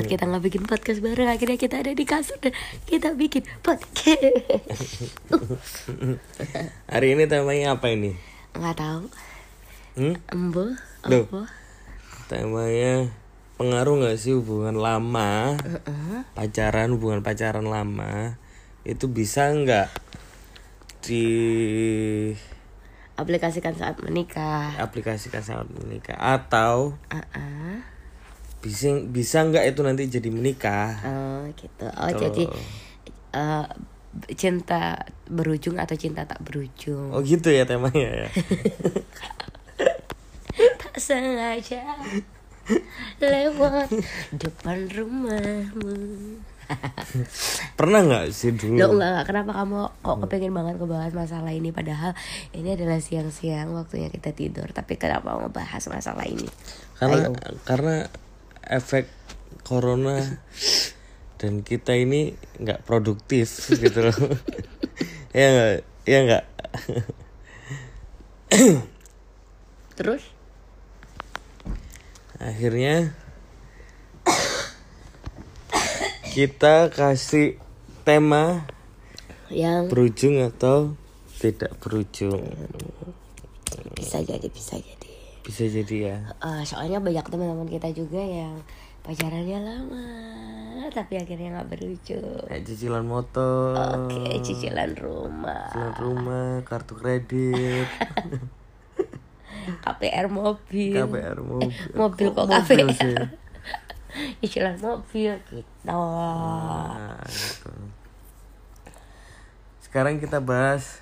saat kita nggak bikin podcast bareng, akhirnya kita ada di kasur dan kita bikin podcast. Hari ini temanya apa ini? Nggak tahu. Loh, Apa? temanya pengaruh nggak sih hubungan lama, hubungan pacaran lama itu bisa nggak Aplikasikan saat menikah. saat menikah, atau bisa nggak itu nanti jadi menikah? Oh gitu. Jadi cinta berujung atau cinta tak berujung. Oh gitu ya temanya ya. Tak sengaja lewat depan rumahmu. Pernah nggak sih dulu? Loh enggak, kenapa kamu kok kepengen banget ngebahas masalah ini, padahal ini adalah siang-siang waktunya kita tidur, tapi kenapa mau bahas masalah ini? Karena efek corona dan kita ini nggak produktif gitu loh. Ya nggak. Terus akhirnya kita kasih tema yang berujung atau tidak berujung. bisa jadi ya. Soalnya banyak teman-teman kita juga yang pacarannya lama tapi akhirnya nggak berujung. Kayak cicilan motor. Oke, cicilan rumah, kartu kredit. KPR mobil. Mobil kok Mobil KPR sih. cicilan mobil gitu. Nah, gitu. Sekarang kita bahas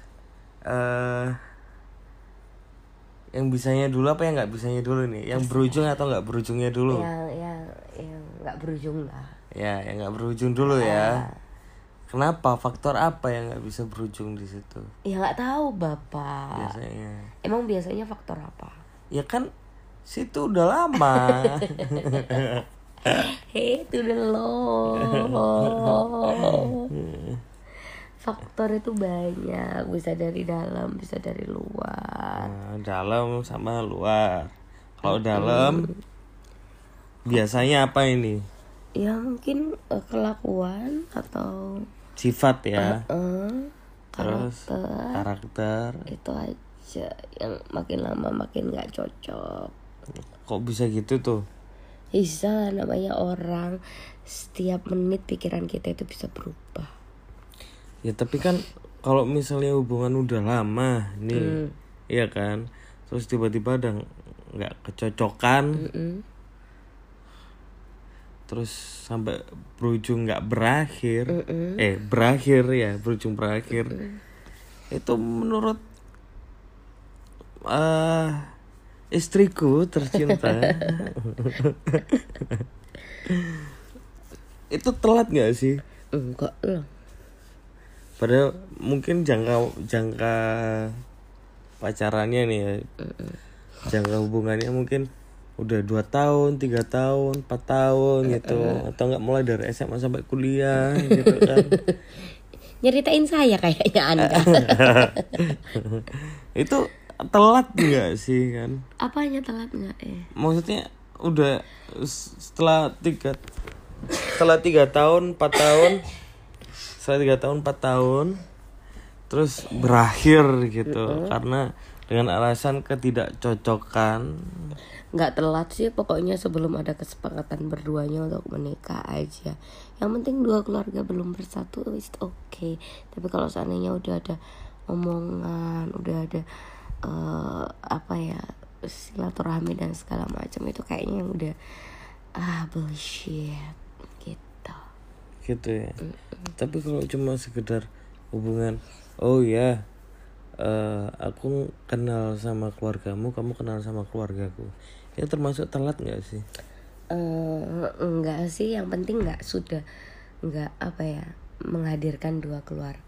yang bisanya dulu apa yang nggak bisanya dulu nih? Yang berujung atau nggak berujungnya dulu? Yang nggak berujung lah. Ya, yang nggak berujung dulu ya. Kenapa? Faktor apa yang nggak bisa berujung di situ? Ya nggak tahu Bapak. Biasanya. Emang biasanya faktor apa? Ya kan situ udah lama. Itu dulu. Faktor itu banyak, bisa dari dalam, bisa dari luar. Nah, dalam sama luar. Kalau dalam biasanya apa ini? Ya mungkin kelakuan atau Sifat ya. Terus karakter. karakter. Itu aja yang makin lama makin nggak cocok. Kok bisa gitu tuh? Bisa, namanya orang, setiap menit pikiran kita itu bisa berubah. Ya tapi kan kalau misalnya hubungan udah lama nih, iya kan, terus tiba-tiba ada nggak kecocokan, terus sampai berujung nggak berakhir, berujung berakhir, itu menurut istriku tercinta itu telat nggak sih? Enggak lah. Padahal mungkin jangka pacarannya nih ya, jangka hubungannya mungkin udah 2 tahun, 3 tahun, 4 tahun gitu, atau nggak mulai dari SMA sampai kuliah gitu kan. Nyeritain saya kayaknya Anda. Itu telat nggak sih kan? Apanya telat nggak? Maksudnya udah setelah 3 tahun 4 tahun, setelah 3 tahun 4 tahun terus berakhir gitu karena dengan alasan ketidakcocokan. Nggak telat sih, pokoknya sebelum ada kesepakatan berduanya untuk menikah aja. Yang penting dua keluarga belum bersatu, it's okay. Tapi kalau seandainya udah ada omongan, udah ada silaturahmi dan segala macam, itu kayaknya yang udah bullshit gitu ya. Tapi kalau cuma sekedar hubungan, oh ya, aku kenal sama keluargamu, kamu kenal sama keluargaku, itu termasuk telat nggak sih? Enggak sih, yang penting menghadirkan dua keluarga.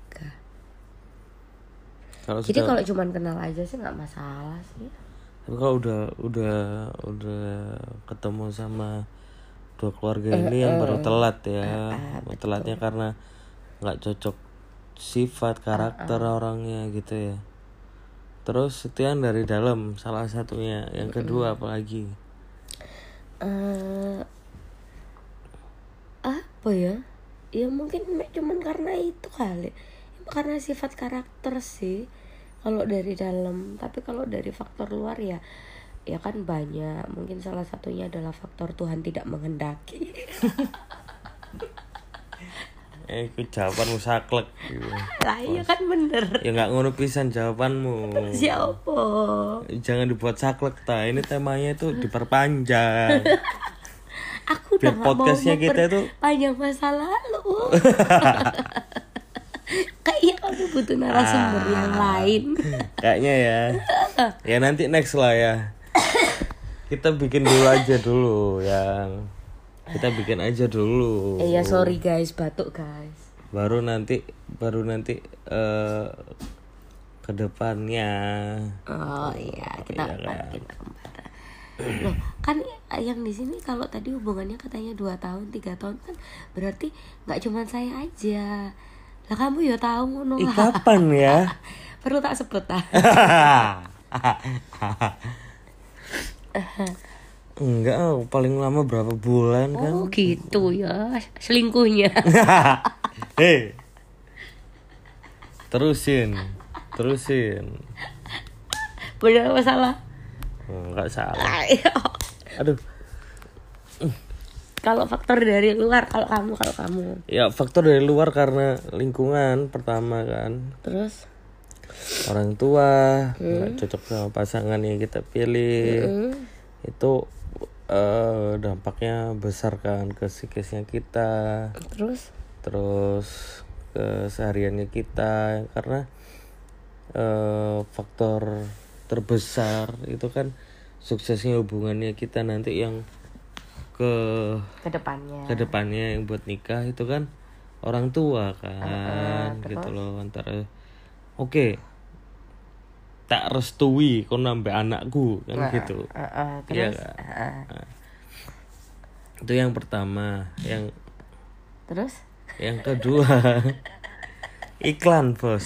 Jadi kalau cuma kenal aja sih nggak masalah sih. Tapi kalau udah ketemu sama dua keluarga ini yang baru telat ya. Telatnya karena nggak cocok sifat, karakter orangnya gitu ya. Terus setiaan dari dalam salah satunya. Yang kedua apalagi? apa ya? Ya mungkin cuman karena itu kali. Karena sifat karakter sih kalau dari dalam. Tapi kalau dari faktor luar ya kan banyak. Mungkin salah satunya adalah faktor Tuhan tidak menghendaki. Itu jawabanmu saklek gitu. Lah iya kan bener. Ya nggak ngono pisan jawabanmu. Siapa? Jangan dibuat saklek ta. Ini temanya itu diperpanjang. Aku udah nggak mau podcastnya kita itu panjang masa lalu. Kayaknya kamu butuh narasumber yang lain. Kayaknya ya. Ya nanti next lah ya. Kita bikin dulu aja dulu yang kita bikin aja dulu. Ya sorry guys, batuk guys. Baru nanti ke depannya. Oh iya, kita iya kan? makin kemana. Loh, kan yang di sini kalau tadi hubungannya katanya 2 tahun, 3 tahun kan berarti nggak cuma saya aja. Lah kamu ya tahu ngono lah. Kapan ya? Perlu tak sebut ah? Enggak, paling lama berapa bulan kan? Oh gitu ya, selingkuhnya. Hei, terusin. Benar apa salah? Enggak salah. Aduh. Kalau faktor dari luar, kalau kamu. Ya faktor dari luar karena lingkungan pertama kan. Terus? Orang tua nggak cocok sama pasangan yang kita pilih. Itu dampaknya besar kan ke psikisnya kita. Terus kesehariannya kita karena faktor terbesar itu kan suksesnya hubungannya kita nanti yang ke depannya yang buat nikah itu kan orang tua kan gitu loh. Antara oke, tak restui kau nambah anakku kan gitu. Iya kan? Itu yang pertama. Terus Yang kedua iklan bos,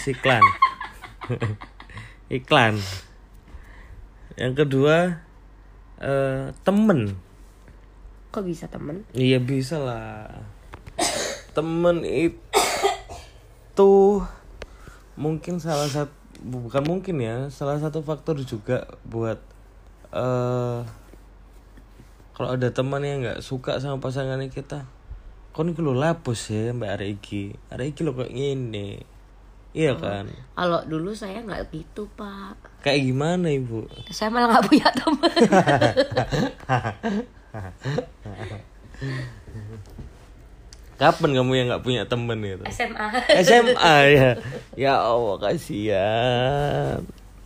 iklan. Yang kedua temen. kok bisa temen? Iya bisa lah. Temen itu mungkin salah satu faktor juga buat kalau ada teman yang nggak suka sama pasangannya kita. Kok nih lo lapus ya mbak arek iki lo kok gini. Iya kan? Kalau dulu saya nggak gitu pak. Kayak gimana ibu? Saya malah nggak punya teman. Kapan kamu yang nggak punya temen gitu? SMA ya. Ya Allah kasihan.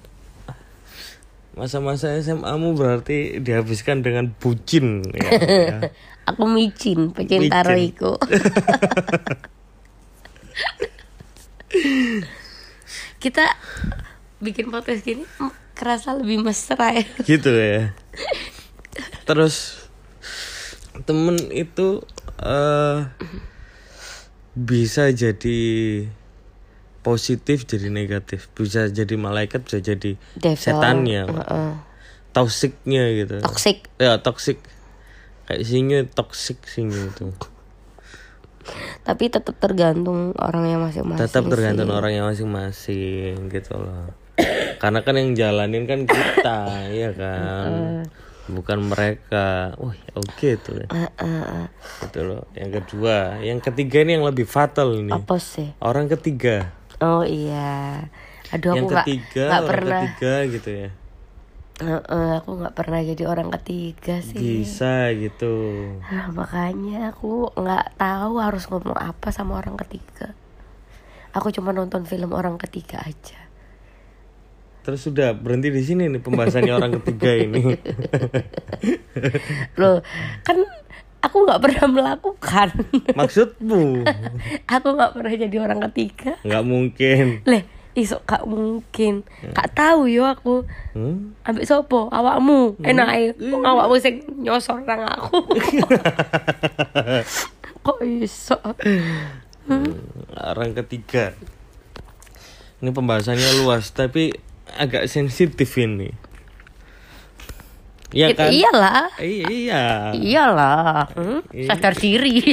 Masa-masa SMA-mu berarti dihabiskan dengan bucin ya. Aku micin pecinta Royko. Kita bikin podcast gini kerasa lebih mesra ya. Gitu ya. Terus temen itu bisa jadi positif jadi negatif, bisa jadi malaikat, bisa jadi setannya, toksiknya gitu. Toksik kayak sinyo toksik sinyo itu. Tapi tetap tergantung orangnya masing-masing. Tetap tergantung orangnya masing-masing gitu loh. Karena kan yang jalanin kan kita, ya kan. Bukan mereka. Oke tuh. Gitu loh. Yang ketiga ini yang lebih fatal ini. Apa sih? Orang ketiga. Oh iya. Aduh yang aku nggak pernah. Ketiga gitu ya. Aku nggak pernah jadi orang ketiga sih. Bisa gitu. Makanya aku nggak tahu harus ngomong apa sama orang ketiga. Aku cuma nonton film orang ketiga aja. Terus sudah berhenti di sini nih pembahasannya orang ketiga ini. Loh, kan aku nggak pernah melakukan. Maksudmu? Aku nggak pernah jadi orang ketiga. Nggak mungkin. Isok gak mungkin. Gak tahu yo aku. Ambek sopo? Awakmu. Enak awakmu sing nyosor nang aku. Kok iso? Orang ketiga. Ini pembahasannya luas tapi agak sensitif ini. Iya kan? Iyalah. Iya. Iyalah. Sadar diri.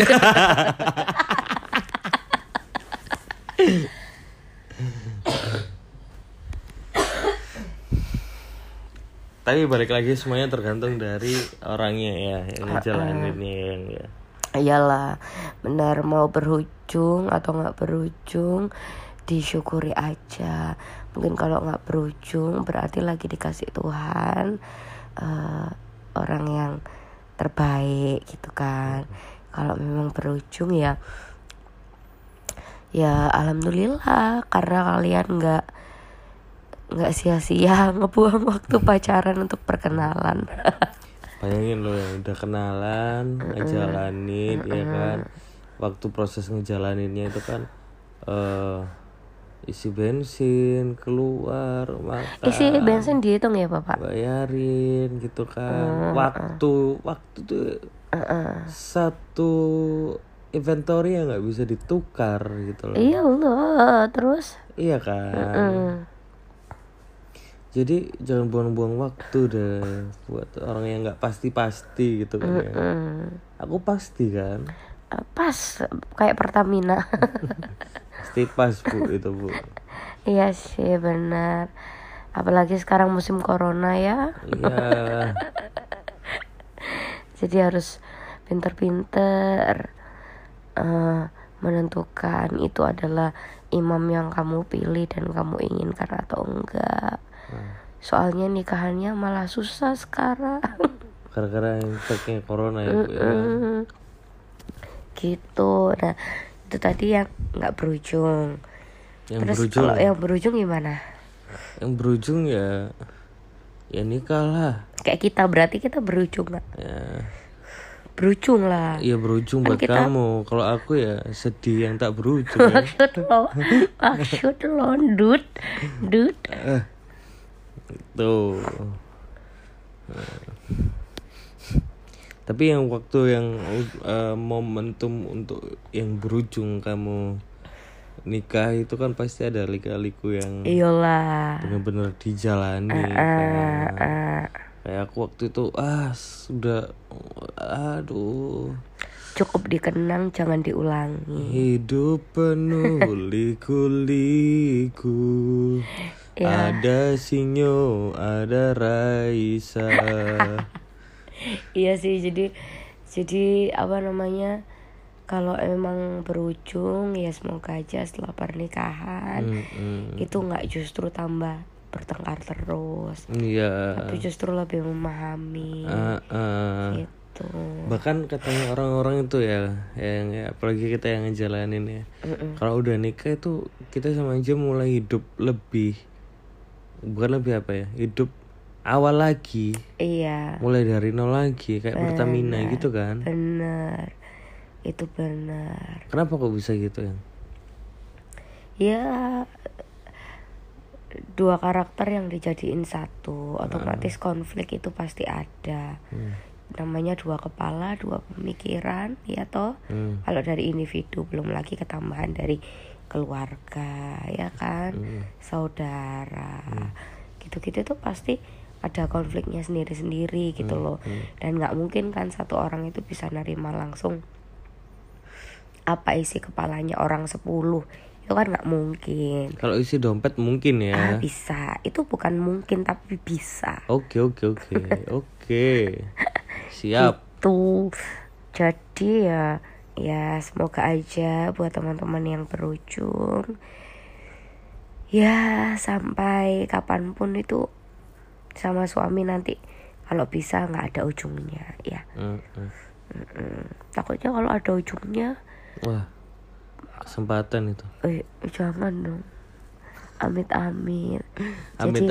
Tapi balik lagi semuanya tergantung dari orangnya ya, yang ngejalaninnya yang ya. Iyalah, benar, mau berujung atau nggak berujung disyukuri aja. Mungkin kalau nggak berujung berarti lagi dikasih Tuhan orang yang terbaik gitu kan. Kalau memang berujung ya alhamdulillah, karena kalian nggak sia-sia ngebuang waktu pacaran untuk perkenalan. Bayangin lo yang udah kenalan, ngejalanin, ya kan. Waktu proses ngejalaninnya itu kan isi bensin, keluar, makan. Isi bensin dihitung ya Bapak? Bayarin gitu kan. Waktu tuh satu inventory yang nggak bisa ditukar gitu loh. Iya Allah, terus? Iya kan. Jadi jangan buang-buang waktu deh buat orang yang nggak pasti gitu kan ya. Aku pasti kan. Pas kayak Pertamina. Pasti pas Bu itu Bu. Iya sih benar. Apalagi sekarang musim corona ya. Iya. Jadi harus pinter-pinter menentukan itu adalah imam yang kamu pilih dan kamu inginkan atau enggak. Soalnya nikahannya malah susah sekarang. Gara-gara efeknya corona ya Bu ya. Gitu. Nah itu tadi yang nggak berujung. Terus Berujung, kalau yang berujung gimana? Yang berujung ya nikah lah. Kayak kita, berarti kita berujung nggak? Ya. Berujung lah. Iya berujung Kan buat kita... kamu. Kalau aku ya sedih yang tak berujung ya. Maksud lo dud. Tuh. Tapi yang waktu yang momentum untuk yang berujung kamu nikah itu kan pasti ada lika-liku yang iyalah benar-benar dijalani kan. Kayak aku waktu itu sudah aduh, cukup dikenang jangan diulangi. Hidup penuh liku-liku. Ya. Ada Sinyo, ada Raisa. Iya sih, jadi apa namanya, kalau emang berujung ya semoga aja setelah pernikahan itu nggak justru tambah bertengkar terus. Iya. Tapi justru lebih memahami. Gitu. Bahkan katanya orang-orang itu ya, yang apalagi kita yang ngejalanin ya. Kalau udah nikah itu kita sama aja mulai hidup lebih, bukan lebih apa ya, hidup awal lagi. Iya. Mulai dari nol lagi kayak Pertamina gitu kan. Bener. Itu benar. Kenapa kok bisa gitu ya? Ya dua karakter yang dijadiin satu, otomatis konflik itu pasti ada. Namanya dua kepala, dua pemikiran, ya toh. Kalau dari individu, belum lagi ketambahan dari keluarga, ya kan, saudara, gitu-gitu tuh pasti ada konfliknya sendiri-sendiri gitu loh. Dan nggak mungkin kan satu orang itu bisa nerima langsung apa isi kepalanya orang 10. Itu kan nggak mungkin. Kalau isi dompet mungkin ya. Bisa. Itu bukan mungkin tapi bisa. Oke. Siap. Itu. Jadi ya semoga aja buat teman-teman yang berujung ya sampai kapanpun itu sama suami nanti kalau bisa nggak ada ujungnya ya. Takutnya kalau ada ujungnya, wah, kesempatan itu. Jangan dong. Amit. Amit.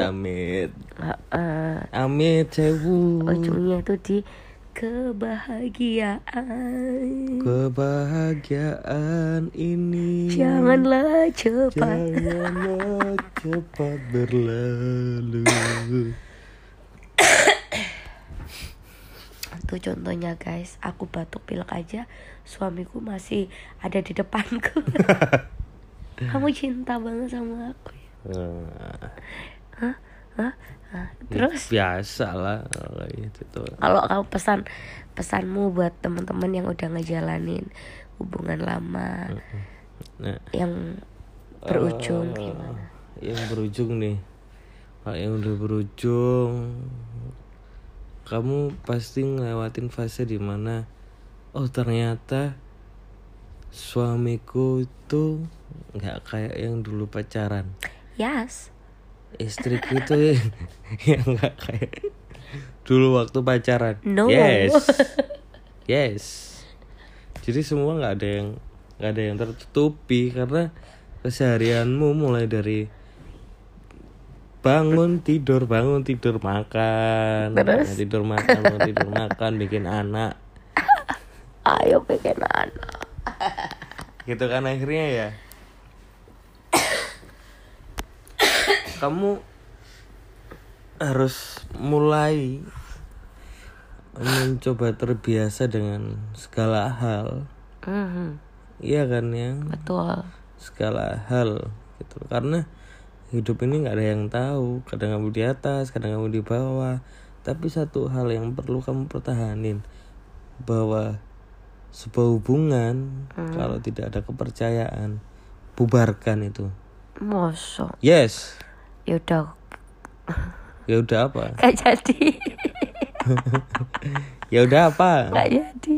Amit sewu. Ujungnya itu di kebahagiaan ini janganlah cepat berlalu. Tuh contohnya guys, aku batuk pilek aja suamiku masih ada di depanku. Kamu cinta banget sama aku ya? Terus biasa lah gitu. kalau kamu pesanmu buat teman-teman yang udah ngejalanin hubungan lama yang berujung gimana? Yang berujung nih, kalau yang udah berujung, kamu pasti ngelewatin fase dimana ternyata suamiku itu nggak kayak yang dulu pacaran. Yes. Istriku itu yang nggak kayak dulu waktu pacaran. No. Yes. Jadi semua nggak ada yang tertutupi karena keseharianmu mulai dari bangun tidur makan, terus tidur makan, bikin anak. Ayo bikin anak. Gitu kan akhirnya ya. Kamu harus mulai mencoba terbiasa dengan segala hal. Iya kan ya? Betul. Segala hal gitu. Karena hidup ini nggak ada yang tahu. Kadang kamu di atas, kadang kamu di bawah. Tapi satu hal yang perlu kamu pertahanin, bahwa sebuah hubungan kalau tidak ada kepercayaan, bubarkan itu. Masa? Yes. Ya udah apa? Gak jadi. Ya udah apa? Gak jadi.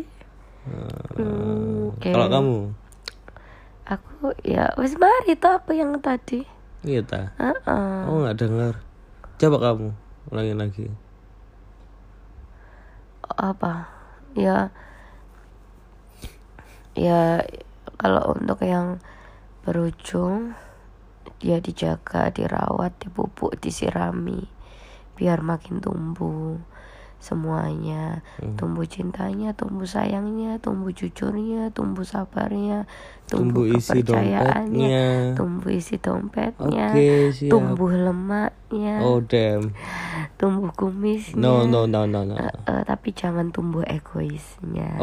Okay. Kalau kamu? Aku ya wis mari toh aku yang tadi. Iya ta. Oh nggak dengar. Coba kamu ulangin lagi. Apa? Ya kalau untuk yang berujung, dia dijaga, dirawat, dipupuk, disirami biar makin tumbuh semuanya. Tumbuh cintanya, tumbuh sayangnya, tumbuh jujurnya, tumbuh sabarnya, tumbuh isi kepercayaannya, tumbuh isi dompetnya, tumbuh lemaknya, tumbuh kumisnya. No. Tapi jangan tumbuh egoisnya.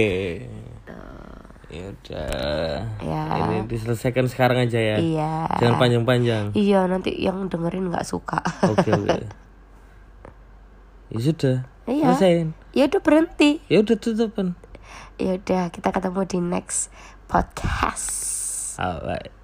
Ya udah. Ya. Ini diselesaikan sekarang aja ya. Iya. Jangan panjang-panjang. Iya, nanti yang dengerin nggak suka. Oke. Ya sudah. Iya. Selesaiin. Ya udah berhenti. Ya udah tutupan. Ya udah, kita ketemu di next podcast. Alright.